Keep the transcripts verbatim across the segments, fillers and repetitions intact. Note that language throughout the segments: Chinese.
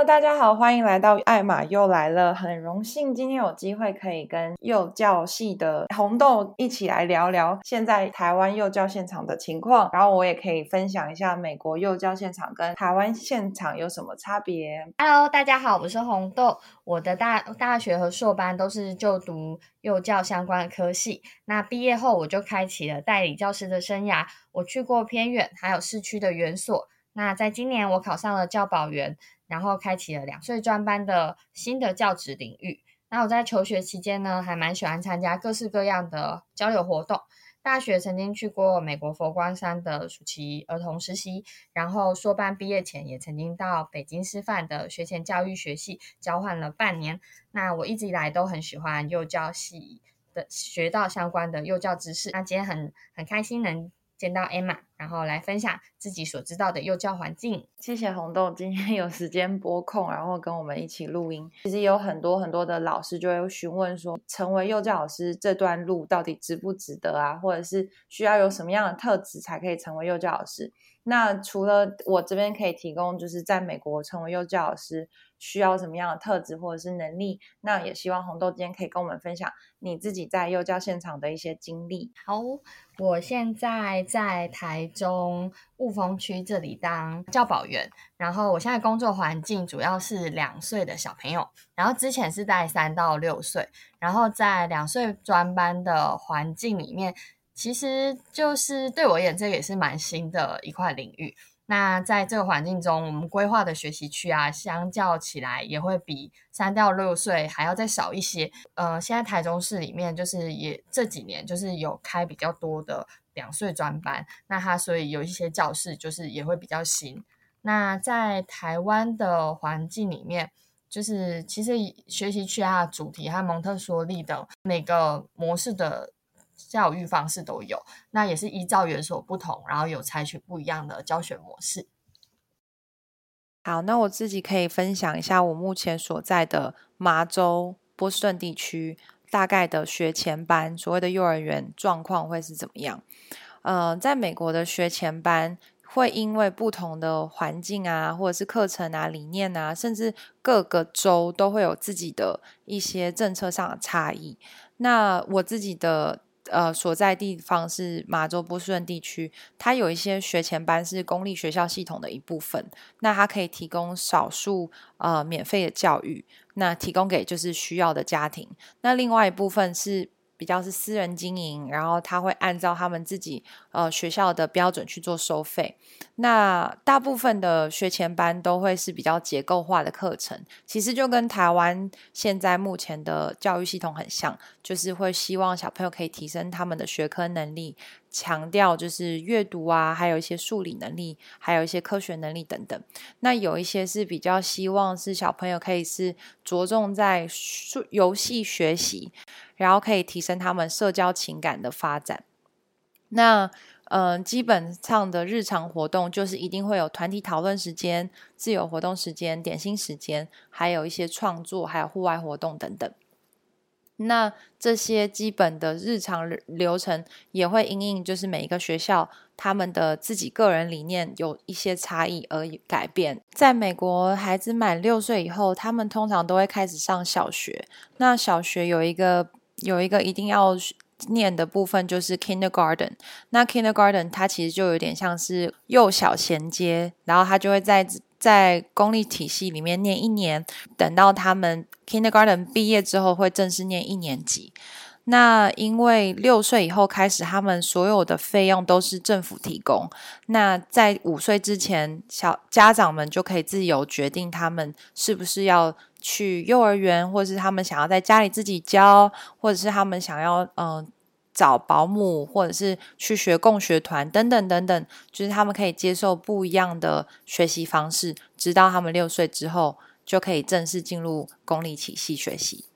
Hello， 大家好，欢迎来到艾玛又来了。很荣幸今天有机会可以跟幼教系的红豆一起来聊聊现在台湾幼教现场的情况，然后我也可以分享一下美国幼教现场跟台湾现场有什么差别。 Hello， 大家好，我是红豆。我的大大学和硕班都是就读幼教相关的科系。那毕业后我就开启了代理教师的生涯。我去过偏远还有市区的园所。那在今年我考上了教保员，然后开启了两岁专班的新的教职领域。那我在求学期间呢，还蛮喜欢参加各式各样的交流活动。大学曾经去过美国佛光山的暑期儿童实习，然后硕班毕业前也曾经到北京师范的学前教育学系交换了半年。那我一直以来都很喜欢幼教系的，学到相关的幼教知识。那今天很很开心能见到 Emma， 然后来分享自己所知道的幼教环境。 谢谢红豆今天有时间拨空，然后跟我们一起录音。其实有很多很多的老师就会询问说，成为幼教老师这段路到底值不值得啊，或者是需要有什么样的特质才可以成为幼教老师。那除了我这边可以提供就是在美国成为幼教老师需要什么样的特质或者是能力，那也希望红豆今天可以跟我们分享你自己在幼教现场的一些经历。 好，我现在在台中雾峰区这里当教保员，然后我现在工作环境主要是两岁的小朋友，然后之前是在三到六岁，然后在两岁专班的环境里面，其实就是对我而言这个也是蛮新的一块领域。那在这个环境中，我们规划的学习区啊，相较起来也会比三到六岁还要再少一些。呃，现在台中市里面就是也这几年就是有开比较多的两岁专班，那它所以有一些教室就是也会比较新。那在台湾的环境里面，就是其实学习区啊、主题和蒙特梭利等每个模式的教育方式都有，那也是依照园所不同，然后有采取不一样的教学模式。 好，那我自己可以分享一下我目前所在的麻州波士顿地区大概的学前班，所谓的幼儿园状况会是怎么样。呃，在美国的学前班会因为不同的环境啊，或者是课程啊、理念啊，甚至各个州都会有自己的一些政策上的差异。那我自己的呃所在地方是麻州波士顿地区，它有一些学前班是公立学校系统的一部分，那它可以提供少数呃免费的教育，那提供给就是需要的家庭。那另外一部分是比较是私人经营，然后他会按照他们自己呃学校的标准去做收费。那大部分的学前班都会是比较结构化的课程，其实就跟台湾现在目前的教育系统很像，就是会希望小朋友可以提升他们的学科能力，强调就是阅读啊，还有一些数理能力，还有一些科学能力等等。那有一些是比较希望是小朋友可以是着重在游戏学习，然后可以提升他们社交情感的发展。那嗯、呃，基本上的日常活动就是一定会有团体讨论时间、自由活动时间、点心时间，还有一些创作，还有户外活动等等。那这些基本的日常流程也会因应就是每一个学校他们的自己个人理念有一些差异而改变。在美国，孩子满六岁以后，他们通常都会开始上小学。那小学有一个有一个一定要念的部分就是 kindergarten。 那 kindergarten 它其实就有点像是幼小衔接，然后它就会在在公立体系里面念一年，等到他们 kindergarten 毕业之后会正式念一年级。那因为六岁以后开始，他们所有的费用都是政府提供。那在五岁之前，小家长们就可以自由决定他们是不是要去幼儿园，或者是他们想要在家里自己教，或者是他们想要嗯、呃、找保姆，或者是去学共学团等等等等，就是他们可以接受不一样的学习方式，直到他们六岁之后就可以正式进入公立体系学习。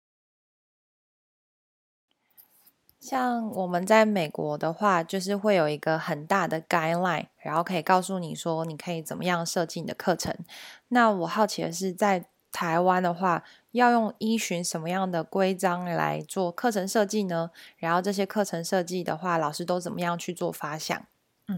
像我们在美国的话，就是会有一个很大的 guideline， 然后可以告诉你说你可以怎么样设计你的课程。那我好奇的是，在台湾的话，要用依循什么样的规章来做课程设计呢？然后这些课程设计的话，老师都怎么样去做发想？ 嗯，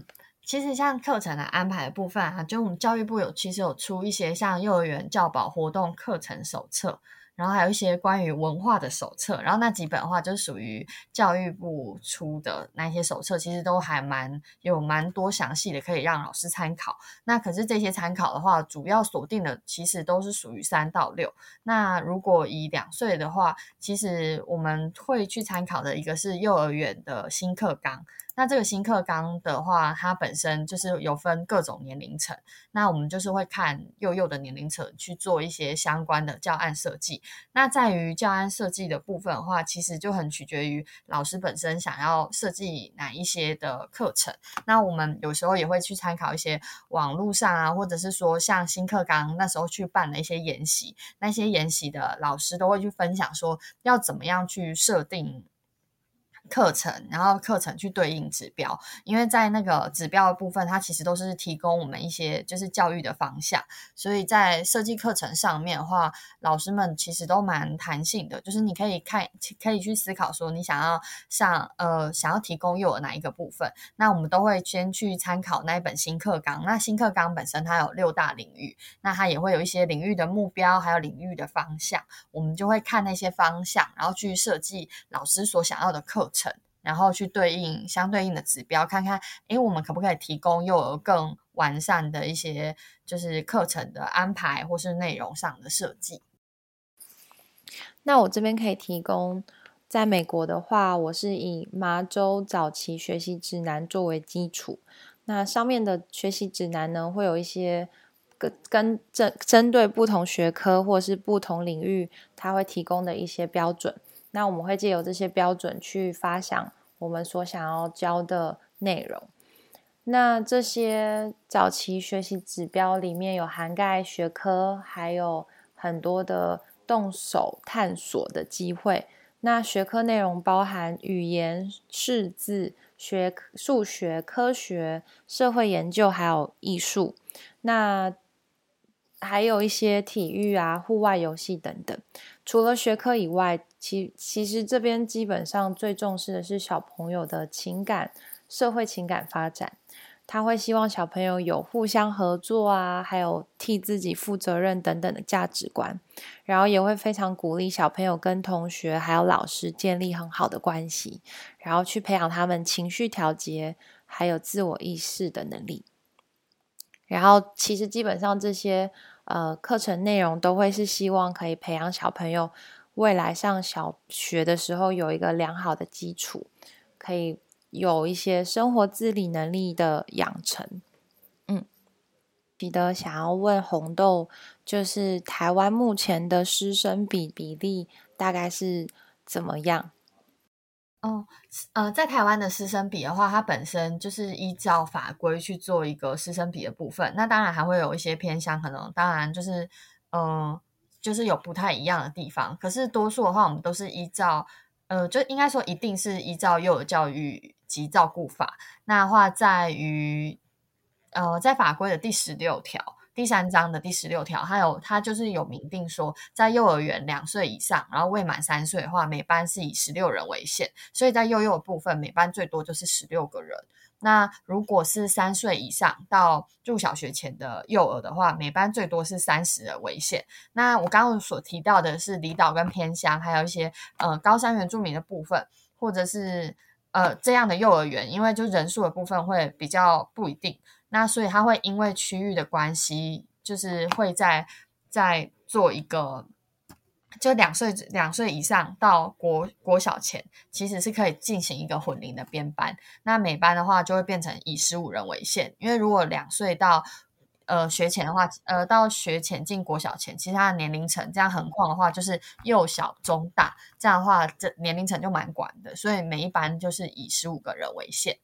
其实像课程的安排的部分啊，就我们教育部有其实有出一些像幼儿园教保活动课程手册，然后还有一些关于文化的手册，然后那几本的话就属于教育部出的那些手册，其实都还蛮有蛮多详细的可以让老师参考。那可是这些参考的话，主要锁定的其实都是属于三到六。那如果以两岁的话，其实我们会去参考的一个是幼儿园的新课纲。那这个新课纲的话，它本身就是有分各种年龄层，那我们就是会看幼幼的年龄层去做一些相关的教案设计。那在于教案设计的部分的话，其实就很取决于老师本身想要设计哪一些的课程。那我们有时候也会去参考一些网络上啊，或者是说像新课纲那时候去办了一些研习，那些研习的老师都会去分享说要怎么样去设定课程，然后课程去对应指标，因为在那个指标的部分，它其实都是提供我们一些就是教育的方向，所以在设计课程上面的话，老师们其实都蛮弹性的，就是你可以看，可以去思考说你想要上呃想要提供幼儿哪一个部分，那我们都会先去参考那一本新课纲，那新课纲本身它有六大领域，那它也会有一些领域的目标，还有领域的方向，我们就会看那些方向，然后去设计老师所想要的课程。然后去对应相对应的指标，看看诶我们可不可以提供幼儿更完善的一些就是课程的安排或是内容上的设计。 那我这边可以提供，在美国的话，我是以麻州早期学习指南作为基础，那上面的学习指南呢，会有一些跟跟针针对不同学科或是不同领域，它会提供的一些标准。那我们会借由这些标准去发想我们所想要教的内容。那这些早期学习指标里面有涵盖学科，还有很多的动手探索的机会。那学科内容包含语言、识字、学数学、科学、社会研究，还有艺术。那还有一些体育啊、户外游戏等等。除了学科以外，其其实这边基本上最重视的是小朋友的情感、社会情感发展。他会希望小朋友有互相合作啊，还有替自己负责任等等的价值观，然后也会非常鼓励小朋友跟同学还有老师建立很好的关系，然后去培养他们情绪调节还有自我意识的能力。然后其实基本上这些呃课程内容都会是希望可以培养小朋友未来上小学的时候有一个良好的基础，可以有一些生活自理能力的养成。嗯，记得想要问红豆，就是台湾目前的师生比比例大概是怎么样？ 哦，呃，在台湾的师生比的话，它本身就是依照法规去做一个师生比的部分。那当然还会有一些偏向，可能当然就是，嗯、呃，就是有不太一样的地方。可是多数的话，我们都是依照，呃，就应该说一定是依照幼儿教育及照顾法。那话在于，呃，在法规的第十六条。第三章的第十六条，它有它就是有明定说，在幼儿园两岁以上，然后未满三岁的话，每班是以十六人为限，所以在幼幼的部分，每班最多就是十六个人。那如果是三岁以上到入小学前的幼儿的话，每班最多是三十人为限。那我刚刚所提到的是离岛跟偏乡，还有一些呃高山原住民的部分，或者是呃这样的幼儿园，因为就人数的部分会比较不一定。那所以它会因为区域的关系，就是会在在做一个，就两岁两岁以上到国国小前，其实是可以进行一个混龄的编班。那每班的话就会变成以十五人为限，因为如果两岁到呃学前的话，呃到学前进国小前，其实它的年龄层这样横跨的话，就是幼小中大，这样的话这年龄层就蛮广的，所以每一班就是以十五个人为限。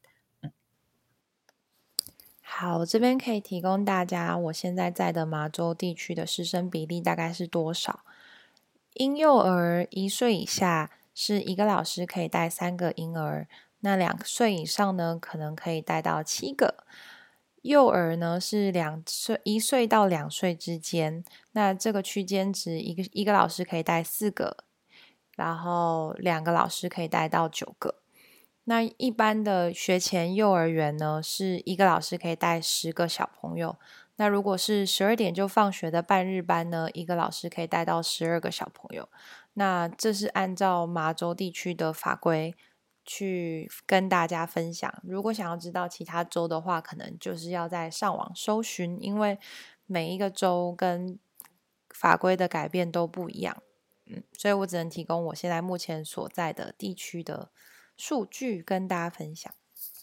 好，这边可以提供大家我现在在的麻州地区的师生比例大概是多少。婴幼儿一岁以下是一个老师可以带三个婴儿，那两岁以上呢，可能可以带到七个。幼儿呢是两岁一岁到两岁之间，那这个区间值一个一个老师可以带四个，然后两个老师可以带到九个。 那一般的学前幼儿园呢，是一个老师可以带十个小朋友。那如果是十二点就放学的半日班呢，一个老师可以带到十二个小朋友。那这是按照麻州地区的法规去跟大家分享。如果想要知道其他州的话，可能就是要在上网搜寻，因为每一个州跟法规的改变都不一样。嗯，所以我只能提供我现在目前所在的地区的数据跟大家分享。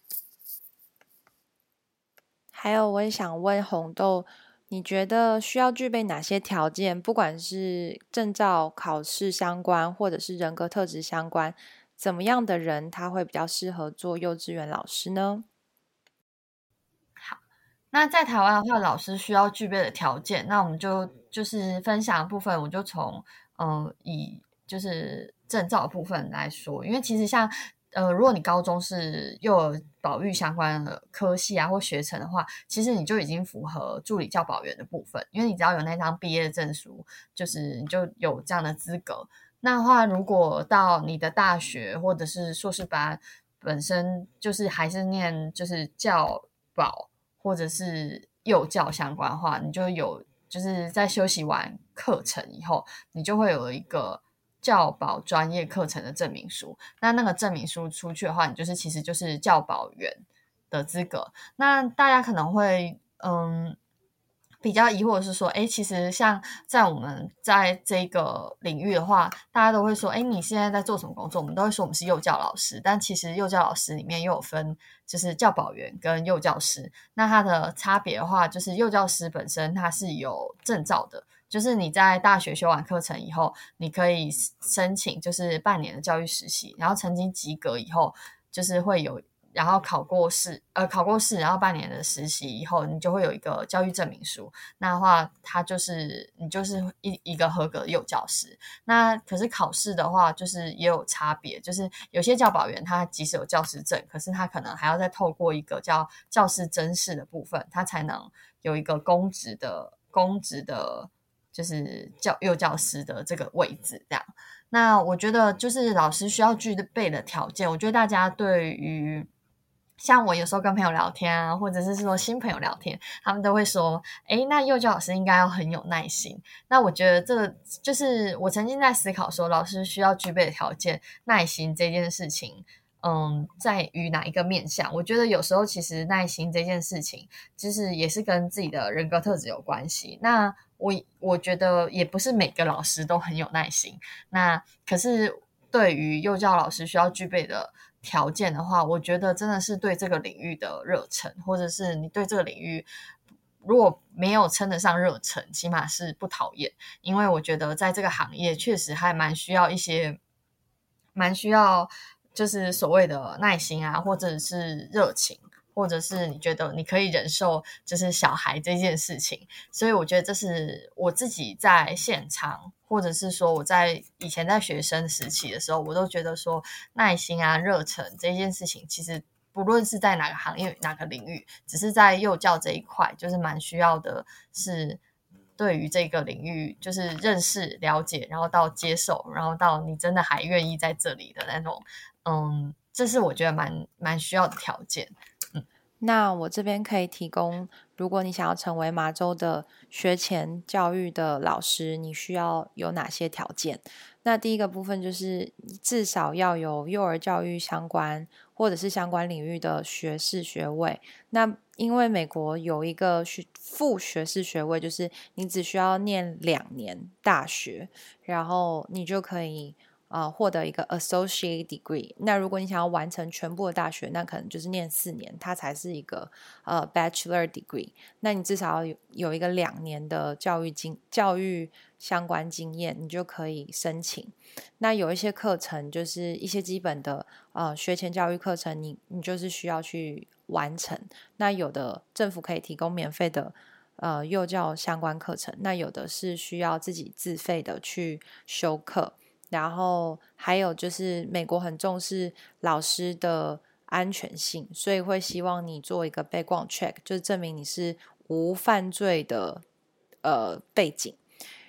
还有我也想问红豆，你觉得需要具备哪些条件，不管是证照考试相关或者是人格特质相关，怎么样的人他会比较适合做幼稚园老师呢？ 好，那在台湾的话，老师需要具备的条件，那我们就就是分享的部分，我就从嗯、呃以就是证照的部分来说，因为其实像呃，如果你高中是幼儿保育相关的科系啊或学程的话，其实你就已经符合助理教保员的部分，因为你只要有那张毕业证书，就是你就有这样的资格。那的话，如果到你的大学或者是硕士班，本身就是还是念就是教保或者是幼教相关的话，你就有就是在休息完课程以后，你就会有一个教保专业课程的证明书。那那个证明书出去的话，你就是其实就是教保员的资格。那大家可能会嗯。比较疑惑的是说，哎，其实像在我们在这个领域的话，大家都会说，哎，你现在在做什么工作？我们都会说我们是幼教老师，但其实幼教老师里面又有分，就是教保员跟幼教师。那它的差别的话，就是幼教师本身它是有证照的，就是你在大学修完课程以后，你可以申请就是半年的教育实习，然后成绩及格以后，就是会有。然后考过试，呃，考过试，然后半年的实习以后，你就会有一个教育证明书。那的话，它就是你就是一一个合格的幼教师。那可是考试的话，就是也有差别，就是有些教保员他即使有教师证，可是他可能还要再透过一个叫教师甄试的部分，他才能有一个公职的公职的，就是教幼教师的这个位置这样。那我觉得就是老师需要具备的条件，我觉得大家对于像我有时候跟朋友聊天啊，或者是说新朋友聊天，他们都会说，诶，那幼教老师应该要很有耐心。那我觉得这个就是我曾经在思考说，老师需要具备的条件，耐心这件事情，嗯，在于哪一个面向？我觉得有时候其实耐心这件事情，就是也是跟自己的人格特质有关系。那我我觉得也不是每个老师都很有耐心，那可是对于幼教老师需要具备的条件的话，我觉得真的是对这个领域的热忱，或者是你对这个领域如果没有称得上热忱，起码是不讨厌。因为我觉得在这个行业确实还蛮需要一些，蛮需要就是所谓的耐心啊，或者是热情。或者是你觉得你可以忍受就是小孩这件事情，所以我觉得这是我自己在现场，或者是说我在以前在学生时期的时候，我都觉得说耐心啊、热忱这件事情，其实不论是在哪个行业、哪个领域，只是在幼教这一块，就是蛮需要的是。对于这个领域，就是认识、了解，然后到接受，然后到你真的还愿意在这里的那种，嗯，这是我觉得蛮蛮需要的条件。 那我这边可以提供，如果你想要成为麻州的学前教育的老师，你需要有哪些条件？那第一个部分就是至少要有幼儿教育相关或者是相关领域的学士学位。那因为美国有一个学副学士学位，就是你只需要念两年大学，然后你就可以呃，获得一个 associate degree。那如果你想要完成全部的大学，那可能就是念四年，它才是一个呃 bachelor degree。那你至少要有有一个两年的教育经教育相关经验，你就可以申请。那有一些课程就是一些基本的呃学前教育课程你，你就是需要去完成。那有的政府可以提供免费的。呃，幼教相关课程，那有的是需要自己自费的去修课，然后还有就是美国很重视老师的安全性，所以会希望你做一个 background check，就是证明你是无犯罪的呃背景。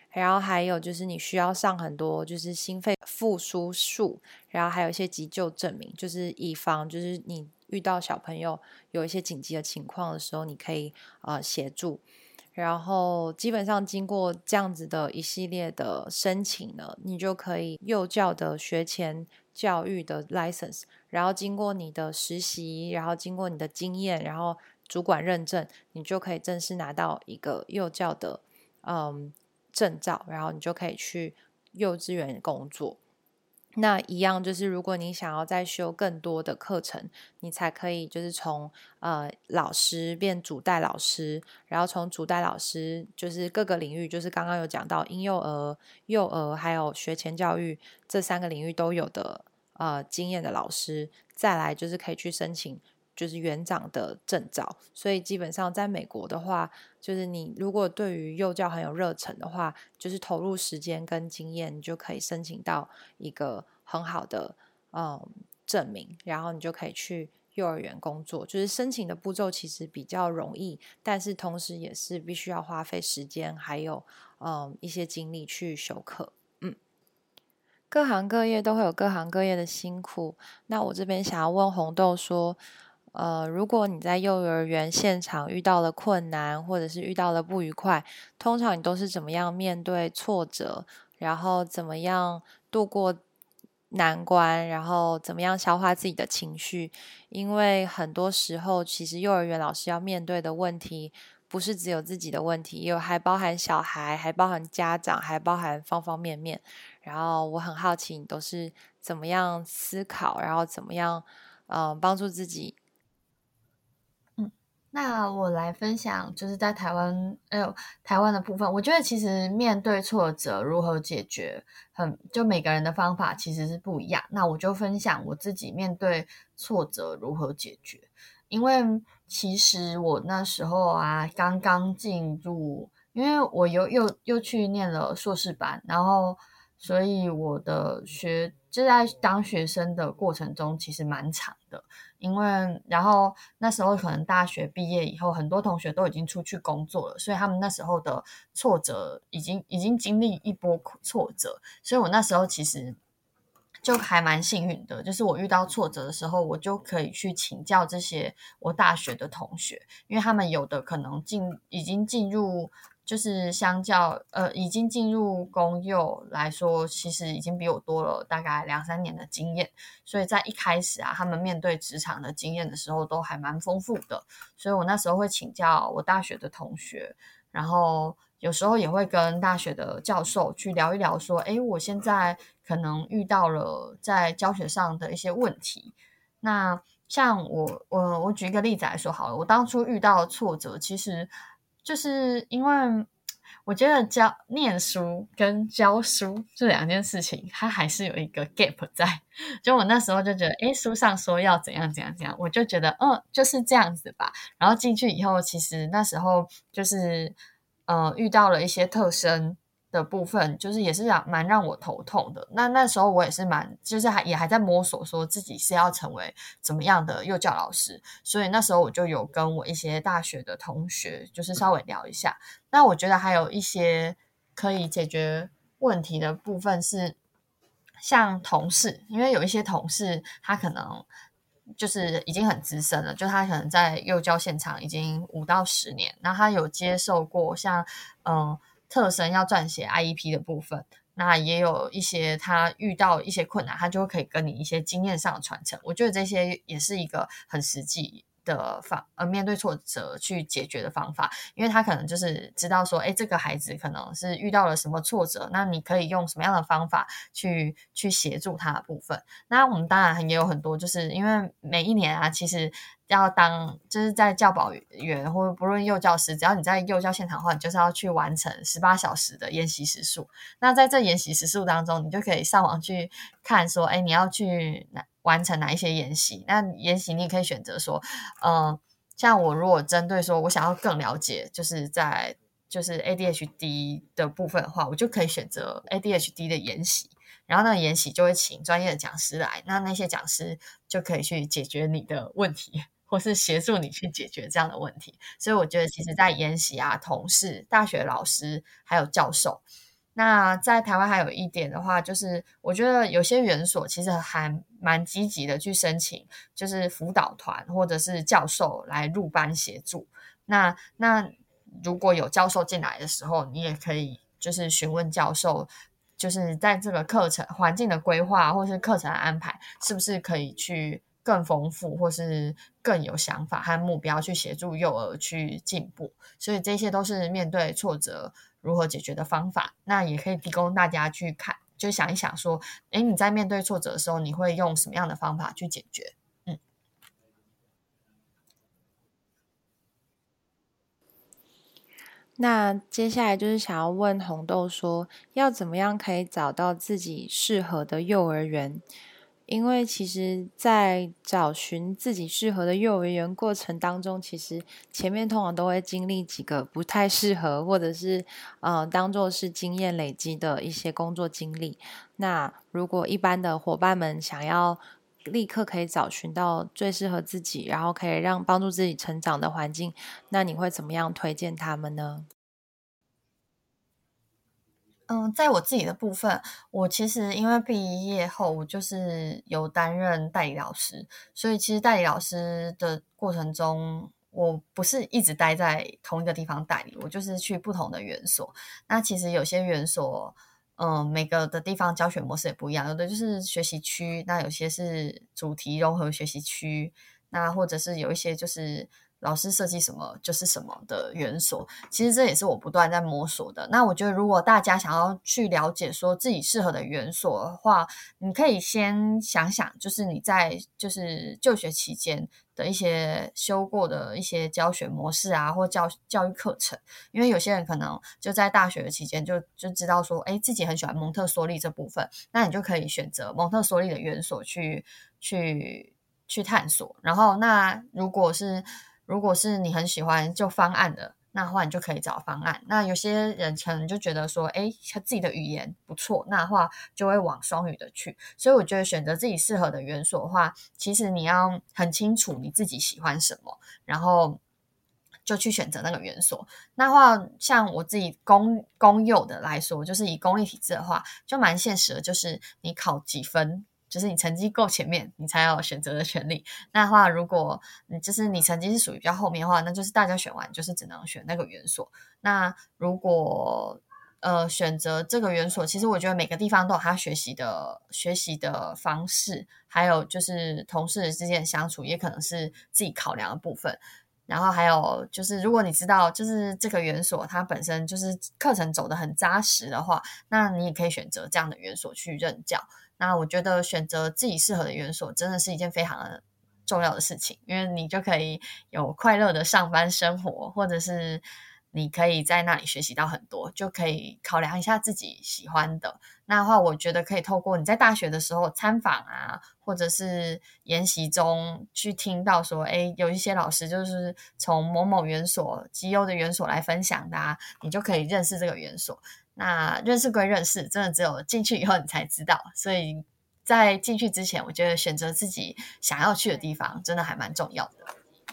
然后还有就是你需要上很多就是心肺复苏术，然后还有一些急救证明，就是以防就是你遇到小朋友有一些紧急的情况的时候，你可以呃协助。然后基本上经过这样子的一系列的申请呢，你就可以幼教的学前教育的 license， 然后经过你的实习，然后经过你的经验，然后主管认证，你就可以正式拿到一个幼教的嗯证照，然后你就可以去幼稚园工作。那一样就是如果你想要再修更多的课程，你才可以就是从呃老师变主带老师，然后从主带老师就是各个领域，就是刚刚有讲到婴幼儿、幼儿还有学前教育这三个领域都有的呃经验的老师，再来就是可以去申请就是园长的证照。所以基本上在美国的话，就是你如果对于幼教很有热忱的话，就是投入时间跟经验，你就可以申请到一个很好的嗯证明，然后你就可以去幼儿园工作。就是申请的步骤其实比较容易，但是同时也是必须要花费时间还有嗯一些精力去修课。嗯，各行各业都会有各行各业的辛苦。那我这边想要问红豆说，呃，如果你在幼儿园现场遇到了困难，或者是遇到了不愉快，通常你都是怎么样面对挫折，然后怎么样度过难关，然后怎么样消化自己的情绪？因为很多时候，其实幼儿园老师要面对的问题，不是只有自己的问题，也有还包含小孩，还包含家长，还包含方方面面。然后我很好奇，你都是怎么样思考，然后怎么样，嗯、呃帮助自己。 嗯，那我来分享，就是在台湾，哎呦，台湾的部分，我觉得其实面对挫折如何解决，很就每个人的方法其实是不一样。那我就分享我自己面对挫折如何解决，因为其实我那时候啊，刚刚进入，因为我又又又去念了硕士班，然后所以我的学就在当学生的过程中，其实蛮长的。因为然后那时候可能大学毕业以后，很多同学都已经出去工作了，所以他们那时候的挫折已经已经经历一波挫折，所以我那时候其实就还蛮幸运的，就是我遇到挫折的时候，我就可以去请教这些我大学的同学，因为他们有的可能进已经进入。就是相较呃，已经进入公幼来说，其实已经比我多了大概两三年的经验，所以在一开始啊，他们面对职场的经验的时候都还蛮丰富的，所以我那时候会请教我大学的同学，然后有时候也会跟大学的教授去聊一聊，说，诶，我现在可能遇到了在教学上的一些问题。那像我我我举一个例子来说好了，我当初遇到挫折，其实就是因为我觉得教念书跟教书这两件事情，它还是有一个 gap 在。就我那时候就觉得，诶，书上说要怎样怎样怎样，我就觉得，嗯，就是这样子吧。然后进去以后，其实那时候就是呃遇到了一些特生的部分，就是也是让蛮让我头痛的。那那时候我也是蛮，就是还也还在摸索，说自己是要成为怎么样的幼教老师。所以那时候我就有跟我一些大学的同学，就是稍微聊一下。那我觉得还有一些可以解决问题的部分是，像同事，因为有一些同事他可能就是已经很资深了，就他可能在幼教现场已经五到十年，那他有接受过像嗯、呃、特生要撰写 I E P 的部分。那也有一些他遇到一些困难，他就可以跟你一些经验上的传承。我觉得这些也是一个很实际的方呃面对挫折去解决的方法，因为他可能就是知道说，哎，这个孩子可能是遇到了什么挫折，那你可以用什么样的方法去去协助他的部分。那我们当然也有很多，就是因为每一年啊，其实要当就是在教保员或不论幼教师，只要你在幼教现场的话，你就是要去完成十八小时的研习时数。那在这研习时数当中，你就可以上网去看说，哎，你要去哪完成哪一些研习。那研习你也可以选择说，嗯，像我如果针对说我想要更了解，就是在就是 A D H D 的部分的话，我就可以选择 A D H D 的研习。然后那个研习就会请专业的讲师来，那那些讲师就可以去解决你的问题，或是协助你去解决这样的问题。所以我觉得，其实，在研习啊、同事、大学老师还有教授， 那在台湾还有一点的话，就是我觉得有些园所其实还蛮积极的去申请，就是辅导团或者是教授来入班协助。那那如果有教授进来的时候，你也可以就是询问教授，就是在这个课程环境的规划或是课程的安排，是不是可以去更丰富，或是更有想法和目标去协助幼儿去进步。所以这些都是面对挫折如何解决的方法，那也可以提供大家去看，就想一想说，诶，你在面对挫折的时候，你会用什么样的方法去解决？嗯。 那接下来就是想要问红豆说，要怎么样可以找到自己适合的幼儿园？因为其实在找寻自己适合的幼儿园过程当中，其实前面通常都会经历几个不太适合，或者是呃当做是经验累积的一些工作经历。那如果一般的伙伴们想要立刻可以找寻到最适合自己，然后可以让帮助自己成长的环境，那你会怎么样推荐他们呢？ 嗯，在我自己的部分，我其实因为毕业后，我就是有担任代理老师，所以其实代理老师的过程中，我不是一直待在同一个地方代理，我就是去不同的园所。那其实有些园所，嗯，每个的地方教学模式也不一样，有的就是学习区，那有些是主题融合学习区，那或者是有一些就是老师设计什么就是什么的园所。其实这也是我不断在摸索的。那我觉得如果大家想要去了解说自己适合的园所的话，你可以先想想，就是你在就是就学期间的一些修过的一些教学模式啊，或教教育课程。因为有些人可能就在大学的期间就就知道说，哎，自己很喜欢蒙特梭利这部分，那你就可以选择蒙特梭利的园所去去去探索。然后那如果是如果是你很喜欢就方案的，那的话你就可以找方案。那有些人可能就觉得说，诶，他自己的语言不错，那的话就会往双语的去。所以我觉得选择自己适合的园所的话，其实你要很清楚你自己喜欢什么，然后就去选择那个园所。那话像我自己公公幼的来说，就是以公立体制的话，就蛮现实的，就是你考几分，就是你成绩够前面，你才有选择的权利。那的话，如果你就是你成绩是属于比较后面的话，那就是大家选完就是只能选那个园所。那如果呃选择这个园所，其实我觉得每个地方都有他学习的学习的方式，还有就是同事之间的相处，也可能是自己考量的部分。然后还有就是，如果你知道就是这个园所它本身就是课程走得很扎实的话，那你也可以选择这样的园所去任教。那我觉得选择自己适合的园所真的是一件非常重要的事情，因为你就可以有快乐的上班生活，或者是你可以在那里学习到很多，就可以考量一下自己喜欢的。那的话，我觉得可以透过你在大学的时候参访啊，或者是研习中去听到说，诶，有一些老师就是从某某园所绩优的园所来分享的啊，你就可以认识这个园所。那认识归认识，真的只有进去以后你才知道。所以在进去之前，我觉得选择自己想要去的地方，真的还蛮重要的。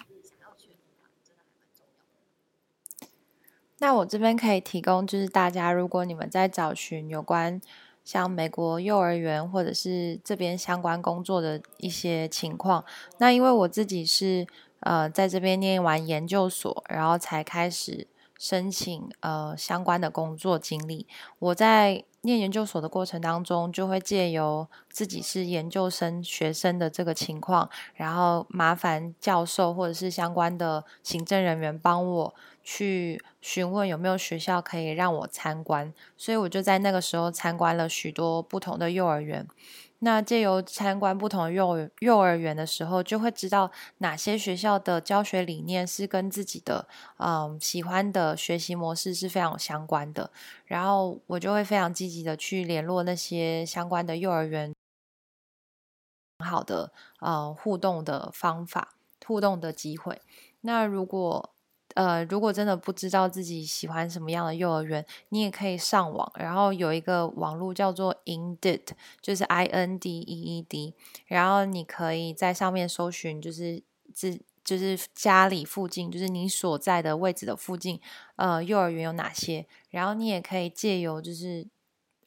那我这边可以提供，就是大家如果你们在找寻有关像美国幼儿园或者是这边相关工作的一些情况，那因为我自己是呃在这边念完研究所，然后才开始申请呃相关的工作经历。我在念研究所的过程当中，就会借由自己是研究生学生的这个情况，然后麻烦教授或者是相关的行政人员帮我去询问有没有学校可以让我参观，所以我就在那个时候参观了许多不同的幼儿园。那借由参观不同的幼儿幼儿园的时候，就会知道哪些学校的教学理念是跟自己的嗯喜欢的学习模式是非常有相关的。然后我就会非常积极的去联络那些相关的幼儿园，好的呃互动的方法、互动的机会。那如果呃如果真的不知道自己喜欢什么样的幼儿园，你也可以上网，然后有一个网络叫做 Indeed，就是 I N D E E D，然后你可以在上面搜寻，就是自就是家里附近，就是你所在的位置的附近，呃，幼儿园有哪些？然后你也可以借由就是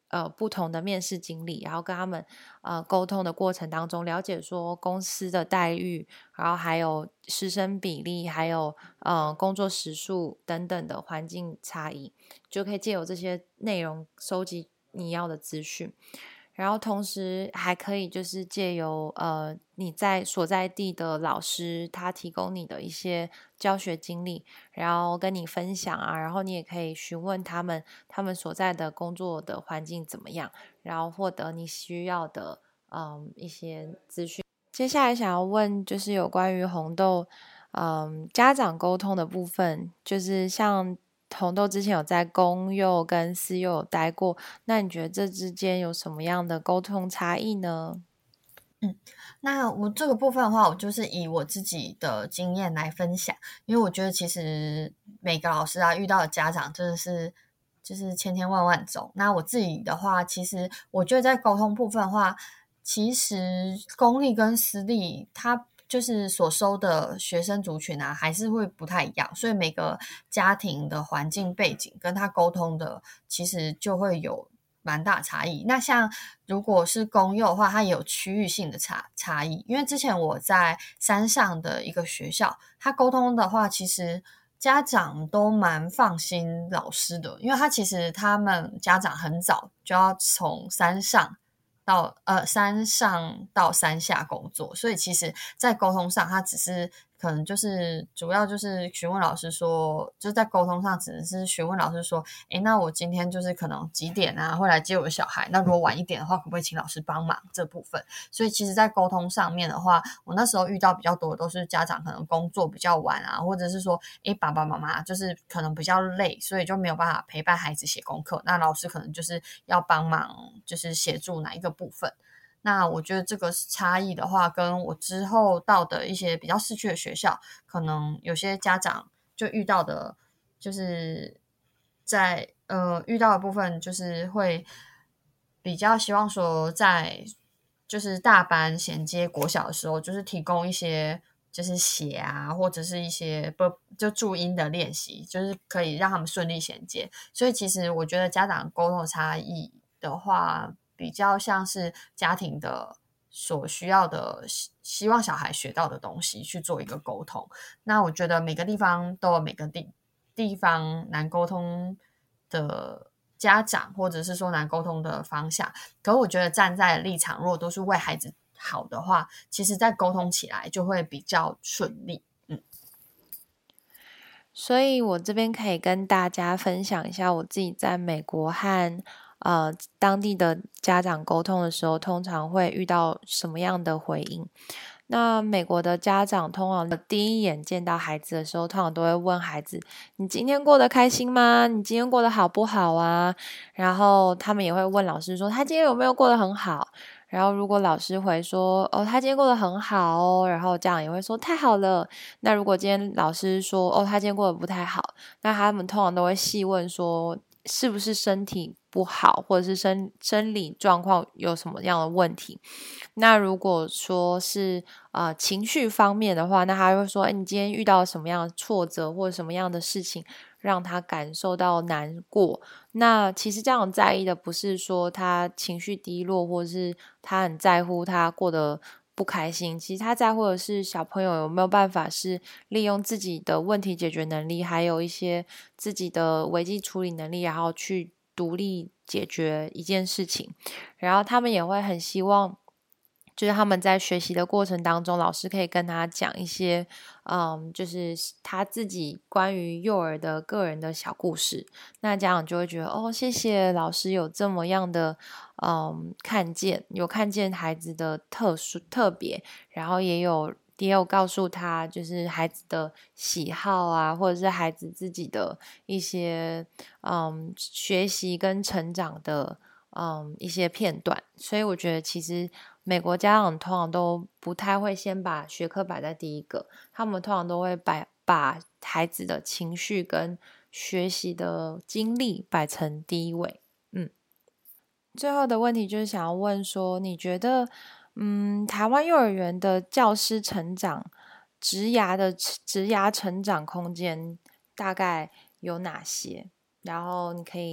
呃不同的面试经历，然后跟他们呃沟通的过程当中，了解说公司的待遇，然后还有师生比例，还有呃工作时数等等的环境差异，就可以借由这些内容收集你要的资讯。然后同时还可以就是借由呃你在所在地的老师他提供你的一些教学经历，然后跟你分享啊，然后你也可以询问他们他们所在的工作的环境怎么样，然后获得你需要的嗯一些资讯。接下来想要问就是有关于红豆嗯家长沟通的部分，就是像红豆之前有在公幼跟私幼有待过，那你觉得这之间有什么样的沟通差异呢？ 嗯，那我这个部分的话，我就是以我自己的经验来分享，因为我觉得其实每个老师啊遇到的家长真的是就是千千万万种。那我自己的话，其实我觉得在沟通部分的话，其实公立跟私立它就是所收的学生族群啊，还是会不太一样，所以每个家庭的环境背景跟他沟通的，其实就会有蛮大差异。那像如果是公幼的话，它也有区域性的差差异。因为之前我在山上的一个学校，它沟通的话，其实家长都蛮放心老师的，因为他其实他们家长很早就要从山上到呃山上到山下工作，所以其实在沟通上，他只是可能就是主要就是询问老师说，就是在沟通上只是询问老师说，诶，那我今天就是可能几点啊会来接我的小孩，那如果晚一点的话，可不可以请老师帮忙这部分？所以其实在沟通上面的话，我那时候遇到比较多的都是家长可能工作比较晚啊，或者是说诶爸爸妈妈就是可能比较累，所以就没有办法陪伴孩子写功课，那老师可能就是要帮忙就是协助哪一个部分。那我觉得这个差异的话，跟我之后到的一些比较市区的学校，可能有些家长就遇到的，就是在呃遇到的部分，就是会比较希望说在就是大班衔接国小的时候，就是提供一些就是写啊，或者是一些不就注音的练习，就是可以让他们顺利衔接。所以其实我觉得家长沟通差异的话，比较像是家庭的所需要的希希望小孩学到的东西去做一个沟通。那我觉得每个地方都有每个地地方难沟通的家长，或者是说难沟通的方向。可我觉得站在立场，如果都是为孩子好的话，其实在沟通起来就会比较顺利。嗯， 所以我这边可以跟大家分享一下我自己在美国和呃当地的家长沟通的时候，通常会遇到什么样的回应。那美国的家长通常第一眼见到孩子的时候，通常都会问孩子：“你今天过得开心吗？你今天过得好不好啊？”然后他们也会问老师说：“他今天有没有过得很好？”然后如果老师回说：“哦，他今天过得很好哦。”然后家长也会说：“太好了。”那如果今天老师说：“哦，他今天过得不太好。”那他们通常都会细问说：是不是身体不好，或者是生生理状况有什么样的问题？那如果说是呃情绪方面的话，那他会说：“哎，你今天遇到什么样的挫折，或者什么样的事情，让他感受到难过？”那其实这样在意的不是说他情绪低落，或者是他很在乎他过得不开心，其实他在乎的是小朋友有没有办法是利用自己的问题解决能力，还有一些自己的危机处理能力，然后去独立解决一件事情。然后他们也会很希望就是他们在学习的过程当中，老师可以跟他讲一些嗯，就是他自己关于幼儿的个人的小故事。那家长就会觉得哦，谢谢老师有这么样的嗯看见，有看见孩子的特殊特别，然后也有也有告诉他就是孩子的喜好啊，或者是孩子自己的一些嗯学习跟成长的嗯一些片段。所以我觉得其实美国家长通常都不太会先把学科摆在第一个，他们通常都会把把孩子的情绪跟学习的经历摆成第一位。嗯，最后的问题就是想要问说，你觉得，嗯，台湾幼儿园的教师成长、职涯的职涯成长空间大概有哪些？然后你可以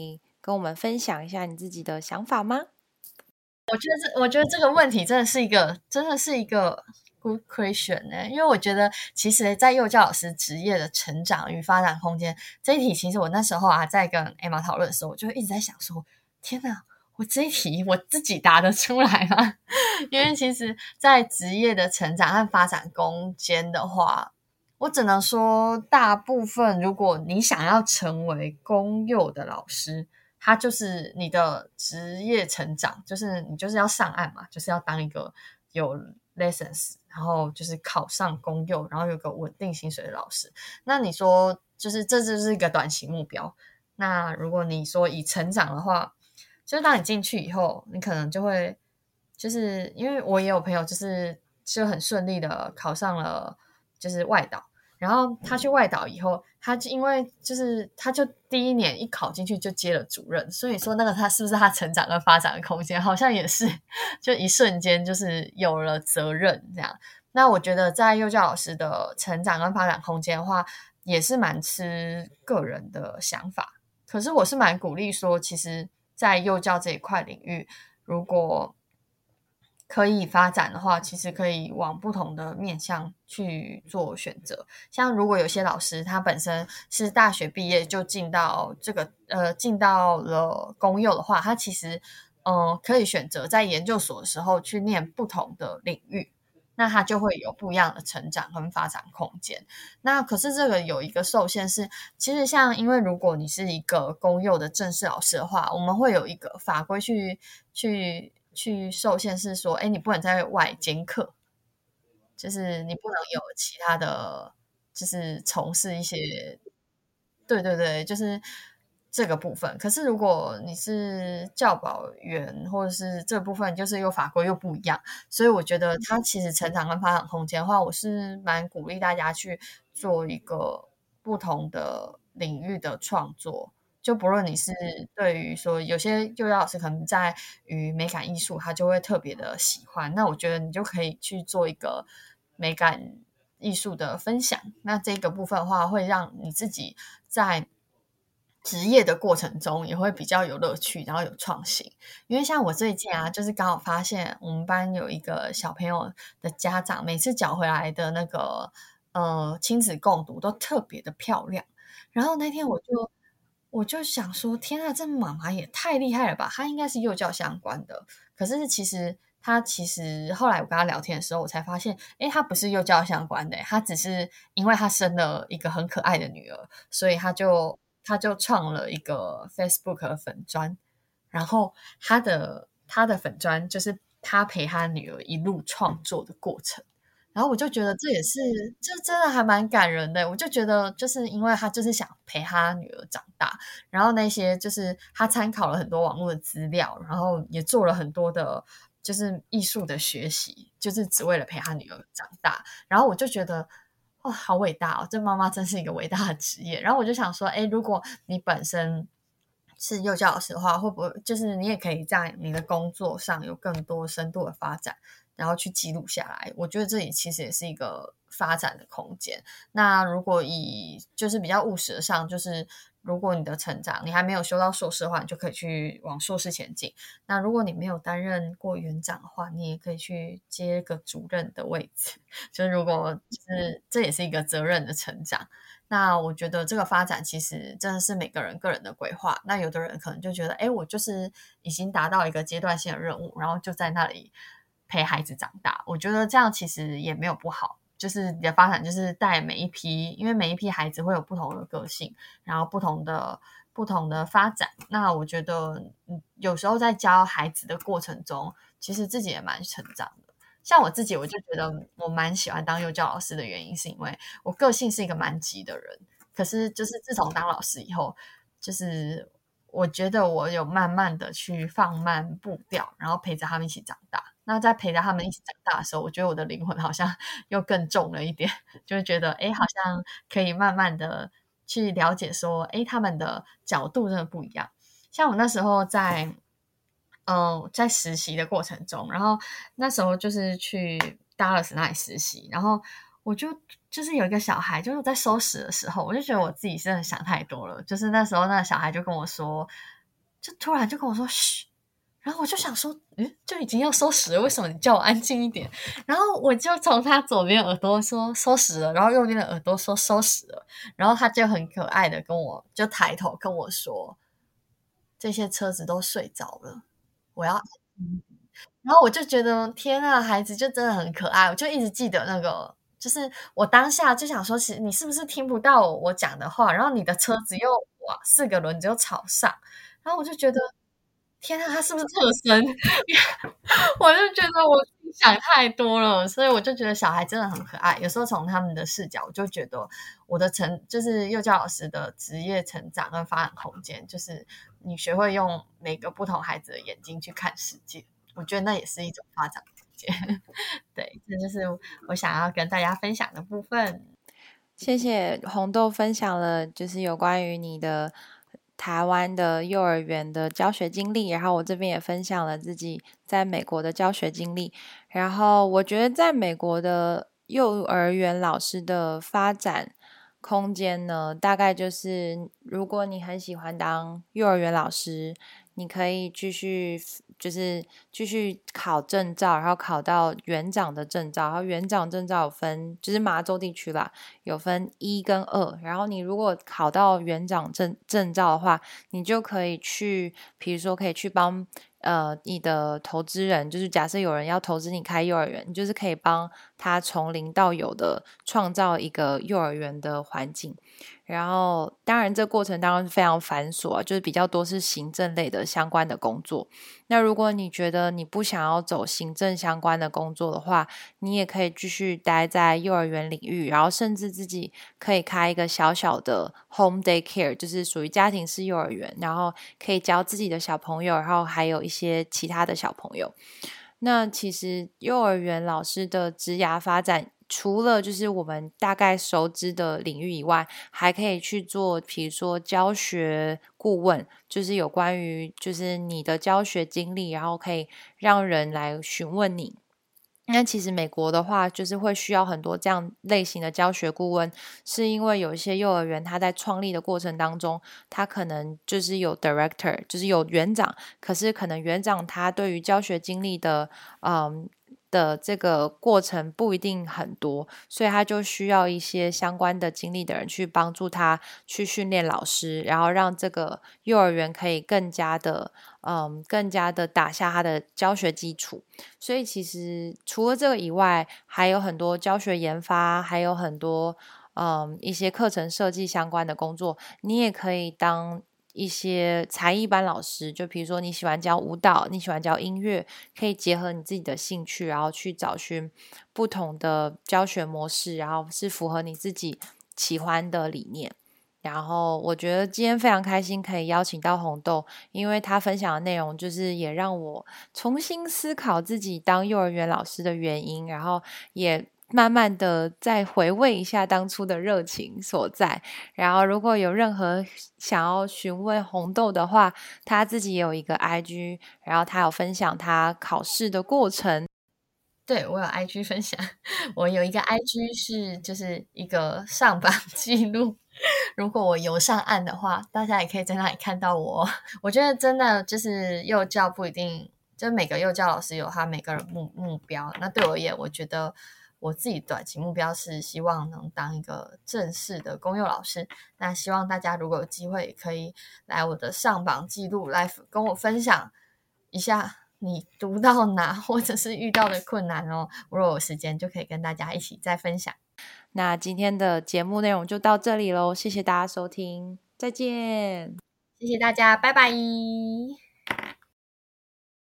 跟我们分享一下你自己的想法吗？ 我觉得这，我觉得这个问题真的是一个，真的是一个 good question 呢、欸。因为我觉得，其实，在幼教老师职业的成长与发展空间这一题，其实我那时候啊，在跟 Emma 讨论的时候，我就一直在想说，天哪，我这一题我自己答得出来吗？因为其实，在职业的成长和发展空间的话，我只能说，大部分如果你想要成为公幼的老师，它就是你的职业成长，就是你就是要上岸嘛，就是要当一个有 lessons， 然后就是考上公幼，然后有个稳定薪水的老师。那你说，就是这就是一个短期目标。那如果你说以成长的话，就是当你进去以后，你可能就会，就是因为我也有朋友，就是就很顺利的考上了，就是外导。然后他去外导以后，他就因为就是他就第一年一考进去就接了主任，所以说那个他是不是他成长跟发展的空间，好像也是就一瞬间就是有了责任这样。那我觉得在幼教老师的成长跟发展空间的话，也是蛮吃个人的想法。可是我是蛮鼓励说，其实在幼教这一块领域，如果可以发展的话，其实可以往不同的面向去做选择。像如果有些老师他本身是大学毕业就进到这个呃进到了公幼的话，他其实嗯、呃、可以选择在研究所的时候去念不同的领域。那他就会有不一样的成长跟发展空间。那可是这个有一个受限是，其实像因为如果你是一个公幼的正式老师的话，我们会有一个法规去去去受限，是说，哎，你不能在外兼课，就是你不能有其他的，就是从事一些，对对对，就是这个部分。可是如果你是教保员或者是这部分，就是又法规又不一样，所以我觉得它其实成长跟发展空间的话，我是蛮鼓励大家去做一个不同的领域的创作。就不论你是对于说有些幼教老师可能在于美感艺术，他就会特别的喜欢，那我觉得你就可以去做一个美感艺术的分享。那这个部分的话，会让你自己在职业的过程中也会比较有乐趣，然后有创新。因为像我最近啊，就是刚好发现我们班有一个小朋友的家长，每次缴回来的那个呃亲子共读都特别的漂亮。然后那天我就我就想说，天啊，这妈妈也太厉害了吧！她应该是幼教相关的，可是其实她其实后来我跟她聊天的时候，我才发现，诶，她不是幼教相关的，她只是因为她生了一个很可爱的女儿，所以她就她就创了一个 Facebook 的粉专，然后她的她的粉专就是她陪她女儿一路创作的过程。然后我就觉得这也是，这真的还蛮感人的。我就觉得，就是因为他就是想陪他女儿长大，然后那些就是他参考了很多网络的资料，然后也做了很多的，就是艺术的学习，就是只为了陪他女儿长大。然后我就觉得，哇，好伟大哦！这妈妈真是一个伟大的职业。然后我就想说，哎，如果你本身是幼教老师的话，会不会就是你也可以在你的工作上有更多深度的发展？然后去记录下来，我觉得这里其实也是一个发展的空间。那如果以就是比较务实的上，就是如果你的成长你还没有修到硕士的话，你就可以去往硕士前进。那如果你没有担任过园长的话，你也可以去接个主任的位置。就是如果就是这也是一个责任的成长。那我觉得这个发展其实真的是每个人个人的规划。那有的人可能就觉得，哎，我就是已经达到一个阶段性的任务，然后就在那里陪孩子长大。我觉得这样其实也没有不好，就是你的发展就是带每一批，因为每一批孩子会有不同的个性，然后不同的不同的发展。那我觉得有时候在教孩子的过程中，其实自己也蛮成长的。像我自己，我就觉得我蛮喜欢当幼教老师的原因，是因为我个性是一个蛮急的人。可是就是自从当老师以后，就是我觉得我有慢慢的去放慢步调，然后陪着他们一起长大。那在陪着他们一起长大的时候，我觉得我的灵魂好像又更重了一点，就会觉得诶好像可以慢慢的去了解说，诶他们的角度真的不一样。像我那时候在嗯，在实习的过程中，然后那时候就是去 Dallas 那里实习，然后我就就是有一个小孩，就是在收拾的时候，我就觉得我自己真的想太多了。就是那时候那个小孩就跟我说， 就突然就跟我说嘘，然后我就想说，嗯，就已经要收拾了，为什么你叫我安静一点？然后我就从他左边耳朵说收拾了，然后右边的耳朵说收拾了，然后他就很可爱的跟我就抬头跟我说，这些车子都睡着了，我要安静。然后我就觉得天啊，孩子就真的很可爱，我就一直记得那个，就是我当下就想说，其实你是不是听不到我讲的话？然后你的车子又哇四个轮子又朝上，然后我就觉得天啊，他是不是特生？我就觉得我自己想太多了，所以我就觉得小孩真的很可爱。有时候从他们的视角，我就觉得我的成就是幼教老师的职业成长跟发展空间，就是你学会用每个不同孩子的眼睛去看世界。我觉得那也是一种发展空间。对，这就是我想要跟大家分享的部分。 谢谢红豆分享了，就是有关于你的台湾的幼儿园的教学经历，然后我这边也分享了自己在美国的教学经历。然后我觉得在美国的幼儿园老师的发展空间呢，大概就是如果你很喜欢当幼儿园老师，你可以继续就是继续考证照，然后考到园长的证照，然后园长证照有分，就是麻州地区啦，有分一跟二，然后你如果考到园长证证照的话，你就可以去，比如说可以去帮呃你的投资人，就是假设有人要投资你开幼儿园，你就是可以帮他从零到有的创造一个幼儿园的环境。然后当然这个过程当然是非常繁琐啊，就是比较多是行政类的相关的工作。那如果你觉得你不想要走行政相关的工作的话，你也可以继续待在幼儿园领域，然后甚至自己可以开一个小小的 home day care， 就是属于家庭式幼儿园，然后可以教自己的小朋友，然后还有一些其他的小朋友。那其实幼儿园老师的职涯发展，除了就是我们大概熟知的领域以外，还可以去做比如说教学顾问，就是有关于就是你的教学经历，然后可以让人来询问你。那其实美国的话，就是会需要很多这样类型的教学顾问，是因为有一些幼儿园，它在创立的过程当中，它可能就是有 director， 就是有园长，可是可能园长他对于教学经历的，嗯。的这个过程不一定很多，所以他就需要一些相关的经历的人去帮助他去训练老师，然后让这个幼儿园可以更加的，嗯，更加的打下他的教学基础。所以其实除了这个以外，还有很多教学研发，还有很多嗯一些课程设计相关的工作，你也可以当一些才艺班老师，就比如说你喜欢教舞蹈，你喜欢教音乐，可以结合你自己的兴趣，然后去找寻不同的教学模式，然后是符合你自己喜欢的理念。然后我觉得今天非常开心可以邀请到红豆，因为他分享的内容就是也让我重新思考自己当幼儿园老师的原因，然后也慢慢的再回味一下当初的热情所在。然后如果有任何想要询问红豆的话，他自己也有一个 I G， 然后他有分享他考试的过程。 对，我有 I G 分享，我有一个 I G 是就是一个上榜记录，如果我游上岸的话，大家也可以在那里看到我。我觉得真的就是幼教不一定，就每个幼教老师有他每个人目目标。那对我而言，我觉得我自己短期目标是希望能当一个正式的公幼老师。那希望大家如果有机会，可以来我的上榜记录来跟我分享一下你读到哪，或者是遇到的困难哦。如果有时间，就可以跟大家一起再分享。 那今天的节目内容就到这里咯，谢谢大家收听，再见。 谢谢大家，拜拜。